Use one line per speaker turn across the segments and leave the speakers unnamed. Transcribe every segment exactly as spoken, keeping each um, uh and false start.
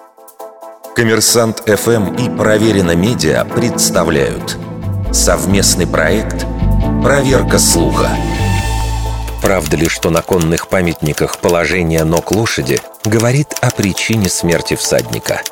Коммерсант эф эм и Проверено Медиа представляют совместный проект «Проверка слуха». Правда ли, что на конных памятниках положение ног лошади говорит о причине смерти всадника?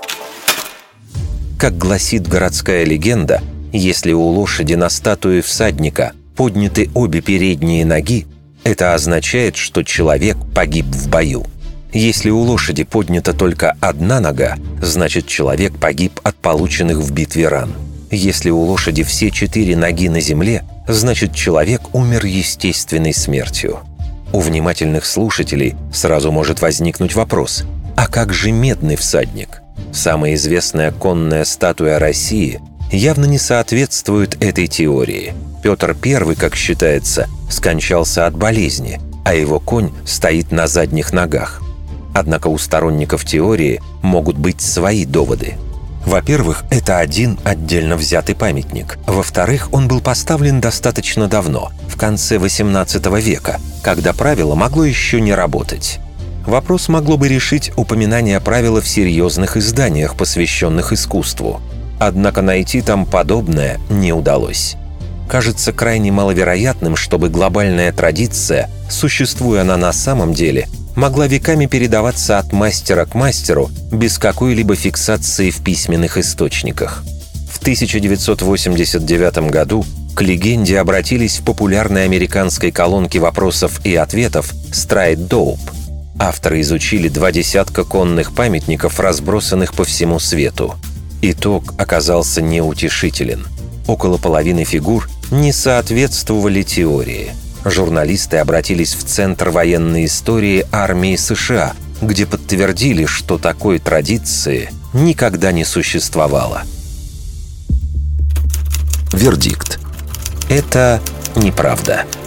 Как гласит городская легенда, если у лошади на статуе всадника подняты обе передние ноги, это означает, что человек погиб в бою. Если у лошади поднята только одна нога, значит, человек погиб от полученных в битве ран. Если у лошади все четыре ноги на земле, значит, человек умер естественной смертью. У внимательных слушателей сразу может возникнуть вопрос: а как же медный всадник? Самая известная конная статуя России явно не соответствует этой теории. Петр Первый, как считается, скончался от болезни, а его конь стоит на задних ногах. Однако у сторонников теории могут быть свои доводы. Во-первых, это один отдельно взятый памятник. Во-вторых, он был поставлен достаточно давно, в конце восемнадцатого века, когда правило могло еще не работать. Вопрос могло бы решить упоминание правила в серьезных изданиях, посвященных искусству. Однако найти там подобное не удалось. Кажется крайне маловероятным, чтобы глобальная традиция, существуя она на самом деле, могла веками передаваться от мастера к мастеру без какой-либо фиксации в письменных источниках. В тысяча девятьсот восемьдесят девятом году к легенде обратились в популярной американской колонке вопросов и ответов «Straight Dope». Авторы изучили два десятка конных памятников, разбросанных по всему свету. Итог оказался неутешителен. Около половины фигур не соответствовали теории. Журналисты обратились в Центр военной истории армии США, где подтвердили, что такой традиции никогда не существовало. Вердикт. Это неправда.